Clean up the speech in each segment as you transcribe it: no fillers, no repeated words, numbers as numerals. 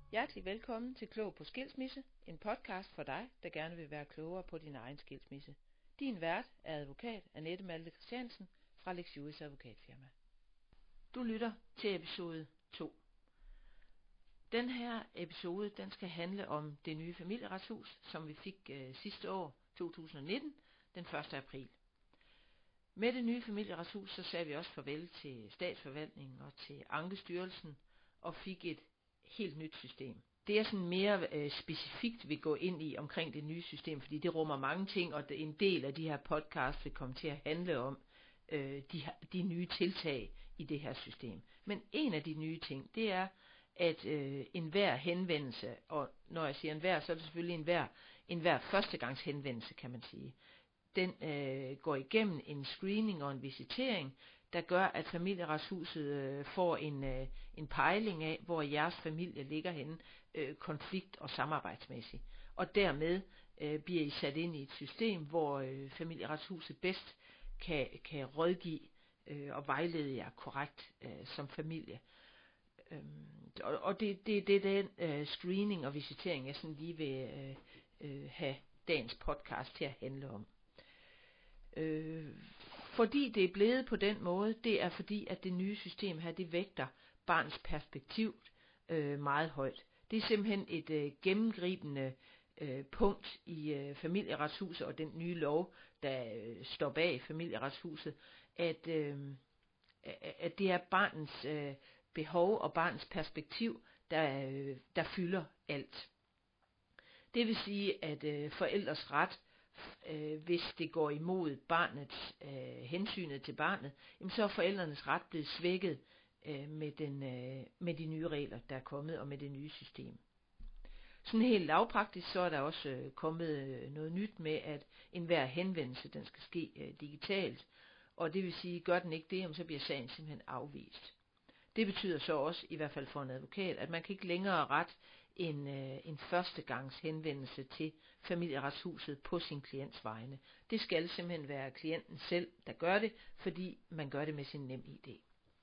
Hjertelig velkommen til Klog på Skilsmisse, en podcast for dig, der gerne vil være klogere på din egen skilsmisse. Din vært er advokat Annette Malte Christiansen fra Lex Juris Advokatfirma. Du lytter til episode 2. Den her episode, den skal handle om det nye familieretshus, som vi fik sidste år, 2019, den 1. april. Med det nye familieretshus, så sagde vi også farvel til statsforvaltningen og til Ankestyrelsen og fik et helt nyt system. Det er sådan mere specifikt, vi går ind i omkring det nye system, fordi det rummer mange ting, og en del af de her podcasts vil komme til at handle om de nye tiltag i det her system. Men en af de nye ting, det er, at enhver henvendelse, og når jeg siger enhver, så er det selvfølgelig enhver førstegangs henvendelse, kan man sige, den går igennem en screening og en visitering, der gør, at familieretshuset får en pejling af, hvor jeres familie ligger henne, konflikt- og samarbejdsmæssigt. Og dermed bliver I sat ind i et system, hvor familieretshuset bedst kan rådgive og vejlede jer korrekt som familie. Og det er den screening og visitering, jeg sådan lige vil have dagens podcast til at handle om. Fordi det er blevet på den måde, det er fordi, at det nye system her, det vægter barns perspektiv meget højt. Det er simpelthen et gennemgribende punkt i familieretshuset og den nye lov, der står bag familieretshuset, at det er barnets behov og barnets perspektiv, der fylder alt. Det vil sige, at forældres ret, hvis det går imod barnets hensynet til barnet, jamen så er forældrenes ret blevet svækket med de nye regler, der er kommet, og med det nye system. Sådan helt lavpraktisk, så er der også kommet noget nyt med, at enhver henvendelse, den skal ske digitalt, og det vil sige, gør den ikke det, så bliver sagen simpelthen afvist. Det betyder så også, i hvert fald for en advokat, at man kan ikke længere rette en førstegangs henvendelse til familieretshuset på sin klients vegne. Det skal simpelthen være klienten selv, der gør det, fordi man gør det med sin NemID.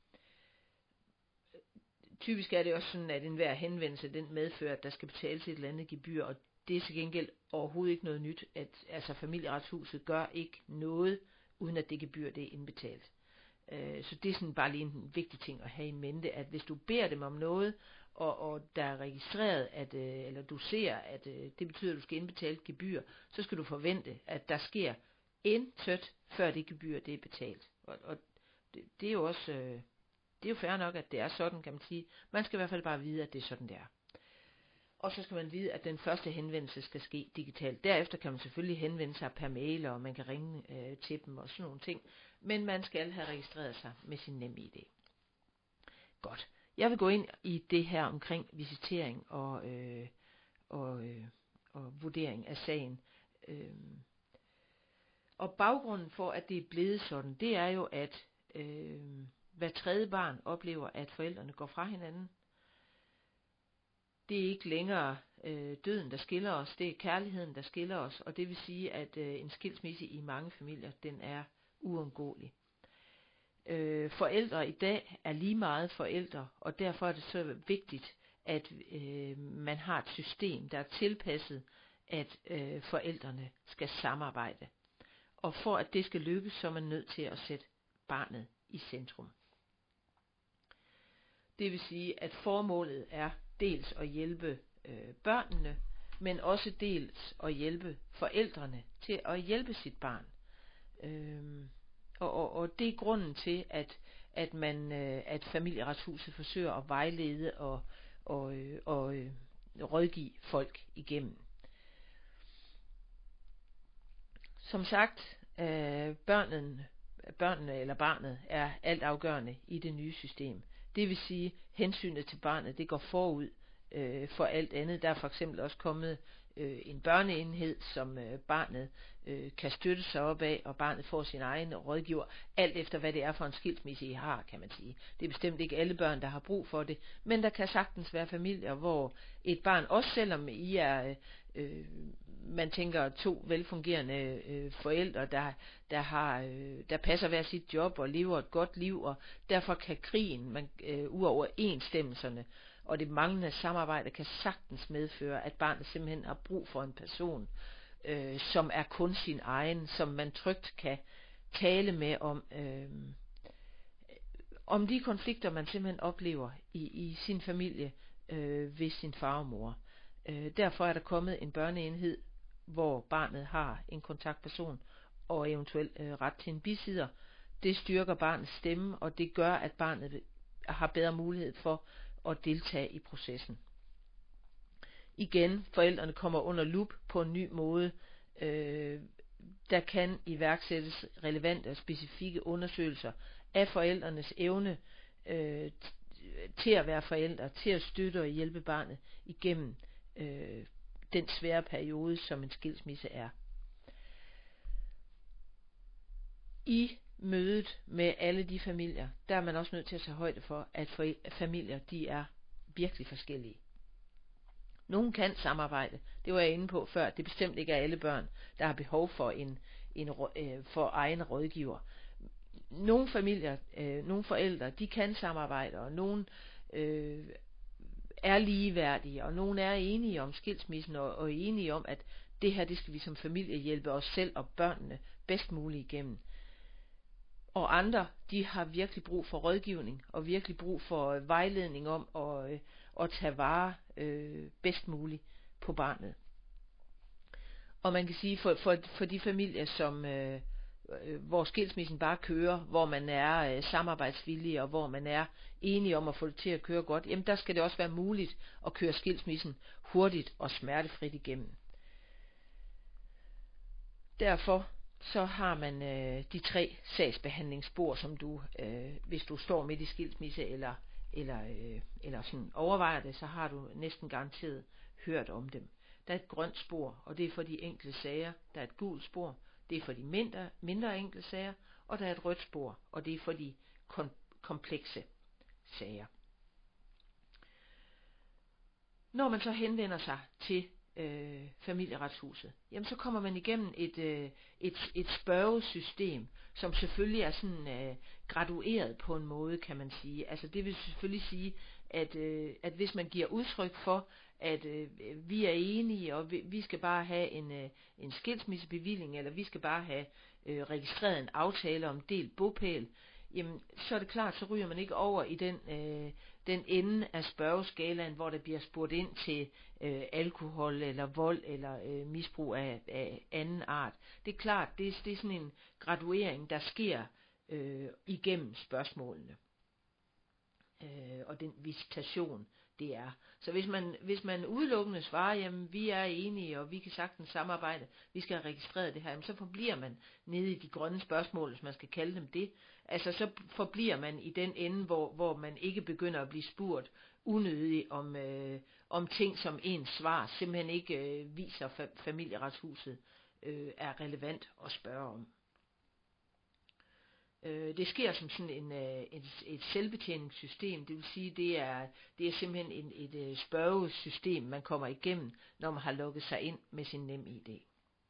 Typisk er det også sådan, at enhver henvendelse, den medfører, at der skal betales et eller andet gebyr, og det er til gengæld overhovedet ikke noget nyt, at familieretshuset gør ikke noget, uden at det gebyr det er indbetalt. Så det er sådan bare lige en vigtig ting at have i mente, at hvis du beder dem om noget, og der er registreret, eller du ser, at det betyder, at du skal indbetale et gebyr, så skal du forvente, at der sker intet, før det gebyr det er betalt. Og det er jo også, det er jo fair nok, at det er sådan, kan man sige. Man skal i hvert fald bare vide, at det er sådan, det er. Og så skal man vide, at den første henvendelse skal ske digitalt. Derefter kan man selvfølgelig henvende sig per mail, og man kan ringe til dem og sådan nogle ting. Men man skal have registreret sig med sin NemID. Godt. Jeg vil gå ind i det her omkring visitering og vurdering af sagen. Og baggrunden for, at det er blevet sådan, det er jo, at hver tredje barn oplever, at forældrene går fra hinanden. Det er ikke længere døden, der skiller os, det er kærligheden, der skiller os, og det vil sige, at en skilsmisse i mange familier, den er uundgåelig. Forældre i dag er lige meget forældre, og derfor er det så vigtigt, at man har et system, der er tilpasset, at forældrene skal samarbejde. Og for at det skal lykkes, så er man nødt til at sætte barnet i centrum. Det vil sige, at formålet er dels at hjælpe børnene, men også dels at hjælpe forældrene til at hjælpe sit barn. Og det er grunden til, at familieretshuset forsøger at vejlede og rådgive folk igennem. Som sagt, børnene eller barnet er altafgørende i det nye system. Det vil sige, hensynet til barnet, det går forud for alt andet. Der er for eksempel også kommet en børneenhed, som barnet kan støtte sig op af, og barnet får sin egen rådgiver, alt efter hvad det er for en skilsmisse I har, kan man sige. Det er bestemt ikke alle børn, der har brug for det, men der kan sagtens være familier, hvor et barn, også selvom I er, man tænker 2 velfungerende forældre, der passer hver sit job og lever et godt liv, og derfor kan krigen, uoverensstemmelserne og det manglende samarbejde kan sagtens medføre, at barnet simpelthen har brug for en person, som er kun sin egen, som man trygt kan tale med om de konflikter, man simpelthen oplever i sin familie ved sin far og mor. Derfor er der kommet en børneenhed, hvor barnet har en kontaktperson og eventuelt ret til en bisidder. Det styrker barnets stemme, og det gør, at barnet har bedre mulighed for at deltage i processen. Igen, forældrene kommer under lup på en ny måde. Der kan iværksættes relevante og specifikke undersøgelser af forældrenes evne til at være forældre, til at støtte og hjælpe barnet igennem den svære periode, som en skilsmisse er. I mødet med alle de familier, der er man også nødt til at tage højde for, at familier, de er virkelig forskellige. Nogle kan samarbejde, det var jeg inde på før, det er bestemt ikke alle børn, der har behov for for egen rådgiver. Nogle familier, nogle forældre, de kan samarbejde, og nogle er ligeværdige, og nogle er enige om skilsmissen, og enige om, at det her, det skal vi som familie hjælpe os selv og børnene bedst muligt igennem. Og andre, de har virkelig brug for rådgivning, og virkelig brug for vejledning om at tage vare bedst muligt på barnet. Og man kan sige, for de familier, hvor skilsmissen bare kører, hvor man er samarbejdsvillig, og hvor man er enige om at få det til at køre godt, jamen der skal det også være muligt at køre skilsmissen hurtigt og smertefrit igennem. Derfor så har man de 3 sagsbehandlingsspor, som du, hvis du står midt i skilsmisse eller sådan overvejer det, så har du næsten garanteret hørt om dem. Der er et grønt spor, og det er for de enkelte sager. Der er et gult spor, det er for de mindre enkelte sager, og der er et rødt spor, og det er for de komplekse sager. Når man så henvender sig til Familieretshuset, jamen så kommer man igennem et spørgesystem, som selvfølgelig er sådan gradueret på en måde, kan man sige. Altså det vil selvfølgelig sige, at hvis man giver udtryk for, at vi er enige, og vi skal bare have en skilsmissebevilling, eller vi skal bare have registreret en aftale om delt bopæl, jamen så er det klart, så ryger man ikke over i den ende af spørgeskalaen, hvor der bliver spurgt ind til alkohol eller vold eller misbrug af anden art. Det er klart, det er sådan en graduering, der sker igennem spørgsmålene. Og den visitation, det er. Så hvis man udelukkende svarer, jamen vi er enige, og vi kan sagtens samarbejde, vi skal have registreret det her, jamen så forbliver man nede i de grønne spørgsmål, hvis man skal kalde dem det. Altså så forbliver man i den ende, hvor man ikke begynder at blive spurgt unødigt om ting, som ens svar simpelthen ikke viser Familieretshuset er relevant at spørge om. Det sker som sådan et selvbetjeningssystem, det vil sige, det er simpelthen et spørgesystem, man kommer igennem, når man har logget sig ind med sin NemID.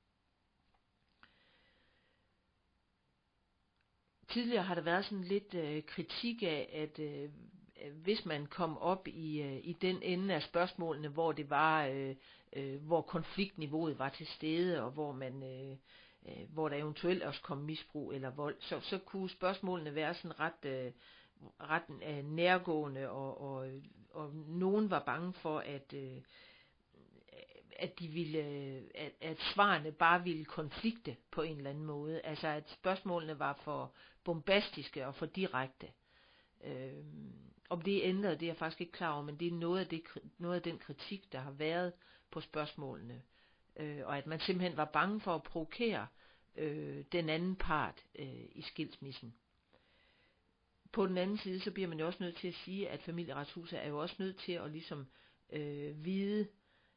Tidligere har der været sådan lidt kritik af, at hvis man kom op i den ende af spørgsmålene, hvor det var, hvor konfliktniveauet var til stede, og hvor der eventuelt også kom misbrug eller vold, så kunne spørgsmålene være sådan ret nærgående, og nogen var bange for, at svarene bare ville konflikte på en eller anden måde. Altså at spørgsmålene var for bombastiske og for direkte. Om det ændrede, det er jeg faktisk ikke klar over, men det er noget af den kritik, der har været på spørgsmålene. Og at man simpelthen var bange for at provokere den anden part i skilsmissen. På den anden side, så bliver man jo også nødt til at sige, at Familieretshuset er jo også nødt til at ligesom vide,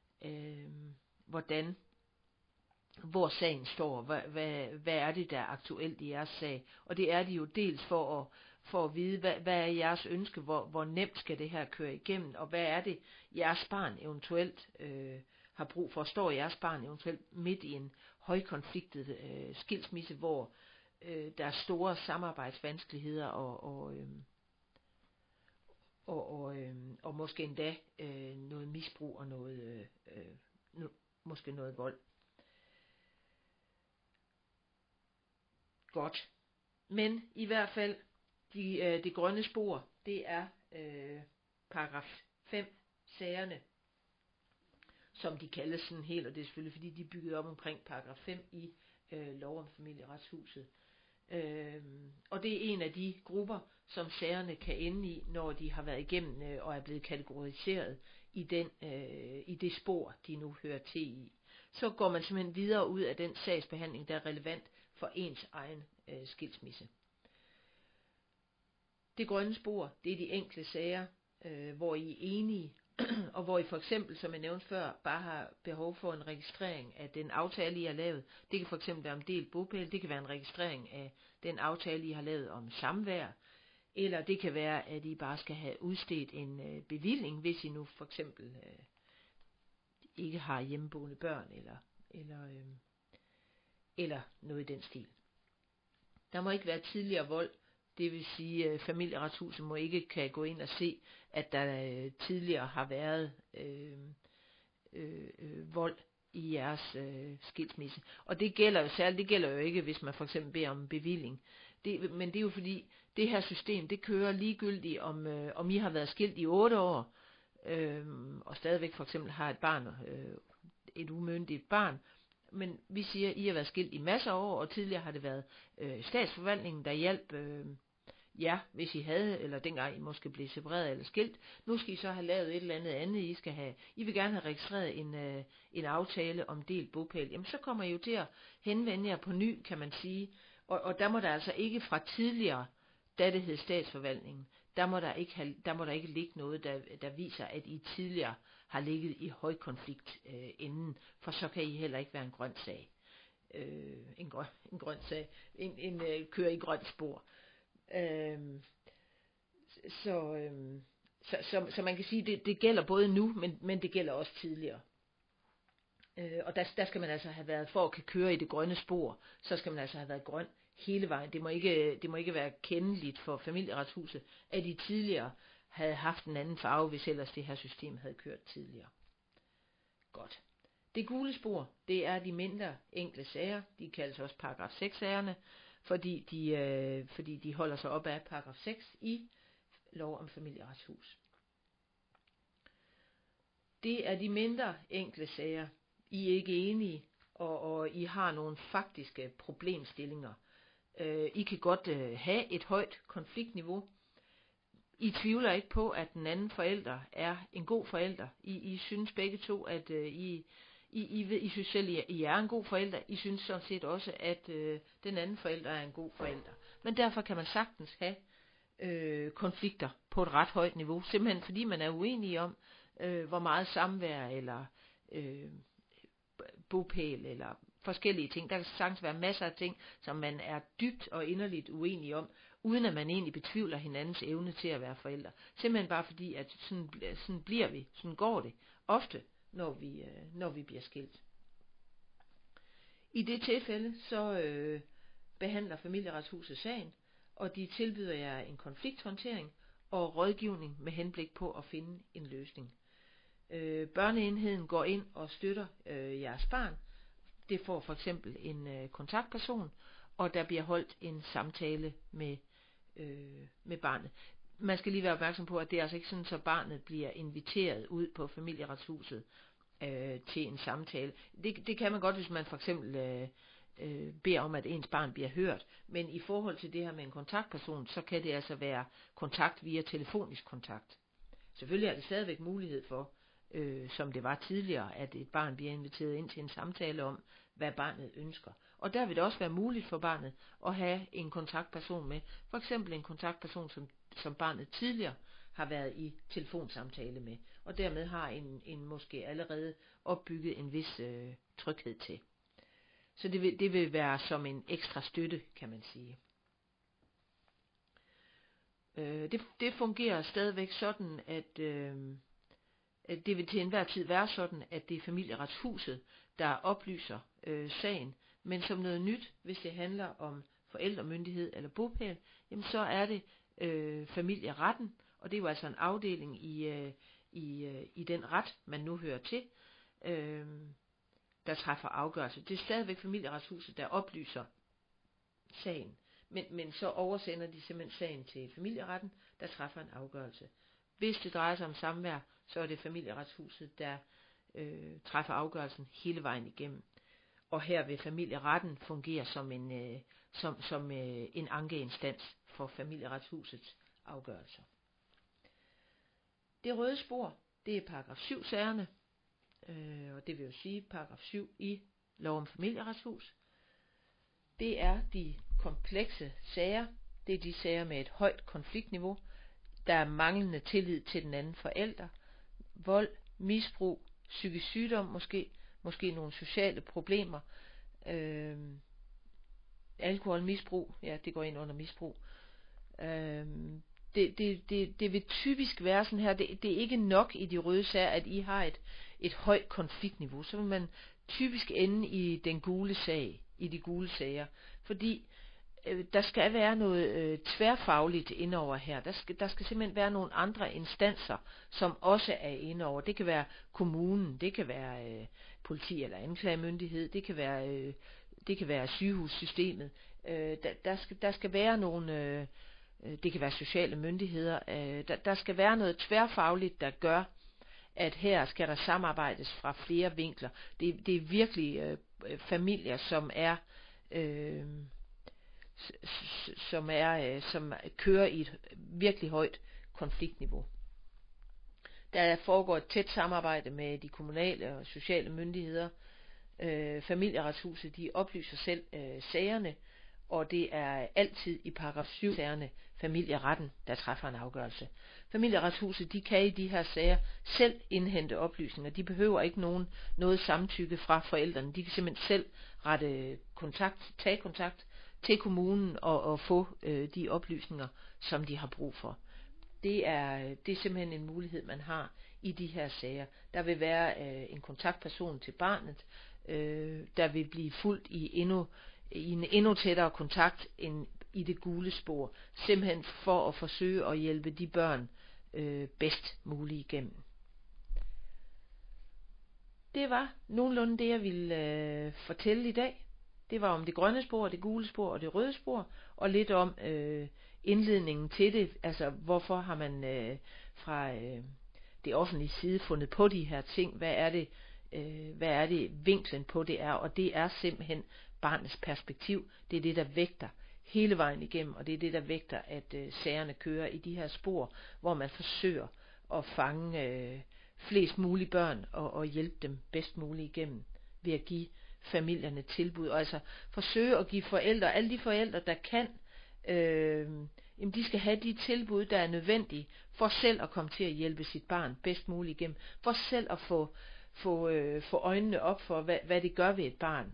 hvor sagen står, hvad er det, der er aktuelt i jeres sag. Og det er de jo dels for at vide, hvad er jeres ønske, hvor nemt skal det her køre igennem, og hvad er det, jeres barn eventuelt har brug for. Står jeres barn eventuelt midt i en højkonfliktet skilsmisse, hvor der er store samarbejdsvanskeligheder, og måske endda noget misbrug og måske noget vold. Godt. Men i hvert fald, det grønne spor, det er paragraf 5 sagerne, som de kaldes sådan helt, og det er selvfølgelig fordi, de er bygget op omkring paragraf 5 i lov om Familieretshuset. Og det er en af de grupper, som sagerne kan ende i, når de har været igennem og er blevet kategoriseret i det spor, de nu hører til i. Så går man simpelthen videre ud af den sagsbehandling, der er relevant for ens egen skilsmisse. Det grønne spor, det er de enkle sager, hvor I er enige, og hvor I for eksempel, som jeg nævnte før, bare har behov for en registrering af den aftale, I har lavet. Det kan for eksempel være om delt bopæl, det kan være en registrering af den aftale, I har lavet om samvær, eller det kan være, at I bare skal have udstedt en bevilling, hvis I nu for eksempel ikke har hjemmeboende børn, eller noget i den stil. Der må ikke være tidligere vold. Det vil sige, at Familieretshuset må ikke kan gå ind og se, at der tidligere har været vold i jeres skilsmisse. Og det gælder jo særligt, det gælder jo ikke, hvis man for eksempel beder om en bevilling. Men det er jo fordi, det her system, det kører ligegyldigt, om I har været skilt i 8 år, og stadigvæk for eksempel har et barn, et umyndigt barn. Men vi siger, at I har været skilt i masser af år, og tidligere har det været statsforvaltningen, der hjalp jer, hvis I havde, eller dengang I måske blev separeret eller skilt. Nu skal I så have lavet et eller andet, I vil gerne have registreret en aftale om delt bopæl. Jamen så kommer I jo til at henvende jer på ny, kan man sige. Og der må der altså ikke fra tidligere, da det hed statsforvaltningen, der må der ikke ligge noget, der viser, at I tidligere har ligget i højkonflikt inden, for så kan I heller ikke være en grøn sag. Køre i grønt spor. Så man kan sige, det gælder både nu, men det gælder også tidligere. Og der skal man altså have været, for at kan køre i det grønne spor, så skal man altså have været grøn hele vejen. Det må ikke være kendeligt for Familieretshuset, at I tidligere havde haft en anden farve, hvis ellers det her system havde kørt tidligere. Godt. Det gule spor, det er de mindre enkle sager. De kaldes også paragraf 6 sagerne, fordi de holder sig op af paragraf 6 i lov om Familieretshus. Det er de mindre enkle sager. I er ikke enige, og I har nogle faktiske problemstillinger. I kan godt have et højt konfliktniveau. I tvivler ikke på, at den anden forælder er en god forælder. I synes begge to, at I synes selv, at I er en god forælder. I synes sådan set også, at den anden forælder er en god forælder. Men derfor kan man sagtens have konflikter på et ret højt niveau. Simpelthen fordi man er uenige om, hvor meget samvær eller bopæl eller forskellige ting. Der kan sagtens være masser af ting, som man er dybt og inderligt uenige om, uden at man egentlig betvivler hinandens evne til at være forældre. Simpelthen bare fordi, at sådan bliver vi, sådan går det ofte, når vi bliver skilt. I det tilfælde, så behandler Familieretshuset sagen, og de tilbyder jer en konflikthåndtering og rådgivning med henblik på at finde en løsning. Børneenheden går ind og støtter jeres barn. Det får for eksempel en kontaktperson, og der bliver holdt en samtale med barnet. Man skal lige være opmærksom på, at det er altså ikke sådan, så barnet bliver inviteret ud på Familieretshuset til en samtale. Det kan man godt, hvis man for eksempel beder om, at ens barn bliver hørt. Men i forhold til det her med en kontaktperson, så kan det altså være kontakt via telefonisk kontakt. Selvfølgelig er det stadigvæk mulighed for, som det var tidligere, at et barn bliver inviteret ind til en samtale om, hvad barnet ønsker. Og der vil det også være muligt for barnet at have en kontaktperson med. For eksempel en kontaktperson, som barnet tidligere har været i telefonsamtale med. Og dermed har en måske allerede opbygget en vis tryghed til. Så det vil være som en ekstra støtte, kan man sige. Det fungerer stadigvæk sådan, at det vil til enhver tid være sådan, at det er Familieretshuset, der oplyser sagen. Men som noget nyt, hvis det handler om forældremyndighed eller bopæl, jamen så er det familieretten, og det er jo altså en afdeling i den ret, man nu hører til, der træffer afgørelse. Det er stadigvæk Familieretshuset, der oplyser sagen, men så oversender de simpelthen sagen til familieretten, der træffer en afgørelse. Hvis det drejer sig om samvær, så er det Familieretshuset, der træffer afgørelsen hele vejen igennem. Og her vil familieretten fungere som en ankeinstans for Familieretshusets afgørelser. Det røde spor, det er paragraf 7-sagerne, og det vil jo sige paragraf 7 i lov om Familieretshus. Det er de komplekse sager, det er de sager med et højt konfliktniveau, der er manglende tillid til den anden forælder, vold, misbrug, psykisk sygdom måske nogle sociale problemer, alkoholmisbrug, ja, det går ind under misbrug. Det vil typisk være sådan her, det er ikke nok i de røde sager, at I har et højt konfliktniveau, så vil man typisk ende i den gule sag, i de gule sager, fordi der skal være noget tværfagligt indover her. Der skal simpelthen være nogle andre instanser, som også er indover. Det kan være kommunen, det kan være politi eller anklagemyndighed, det kan være sygehussystemet. Der skal være nogle, det kan være sociale myndigheder. Der skal være noget tværfagligt, der gør, at her skal der samarbejdes fra flere vinkler. Det er virkelig familier, som kører i et virkelig højt konfliktniveau. Der foregår et tæt samarbejde med de kommunale og sociale myndigheder. Familieretshuset, de oplyser selv sagerne, og det er altid i paragraf 7-sagerne familieretten, der træffer en afgørelse. Familieretshuset, de kan i de her sager selv indhente oplysninger. De behøver ikke noget samtykke fra forældrene. De kan simpelthen selv tage kontakt til kommunen og få de oplysninger, som de har brug for. Det er simpelthen en mulighed, man har i de her sager. Der vil være en kontaktperson til barnet, der vil blive fulgt i en endnu tættere kontakt end i det gule spor, simpelthen for at forsøge at hjælpe de børn bedst muligt igennem. Det var nogenlunde det, jeg ville fortælle i dag. Det var om det grønne spor, det gule spor og det røde spor, og lidt om indledningen til det, altså hvorfor har man fra det offentlige side fundet på de her ting, hvad er det vinklen på det er, og det er simpelthen barnets perspektiv, det er det, der vægter hele vejen igennem, og det er det, der vægter, at sagerne kører i de her spor, hvor man forsøger at fange flest mulige børn og hjælpe dem bedst muligt igennem, ved at give familierne tilbud, og altså forsøge at give forældre, alle de forældre, der kan, de skal have de tilbud, der er nødvendige, for selv at komme til at hjælpe sit barn bedst muligt igennem, for selv at få øjnene op for, hvad det gør ved et barn,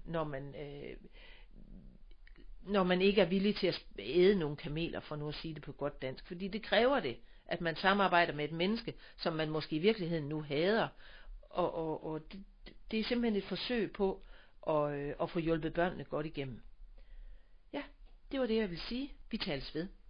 når man ikke er villig til at æde nogle kameler, for nu at sige det på godt dansk, fordi det kræver det, at man samarbejder med et menneske, som man måske i virkeligheden nu hader, og det er simpelthen et forsøg på at få hjulpet børnene godt igennem. Ja, det var det, jeg ville sige. Vi tales ved.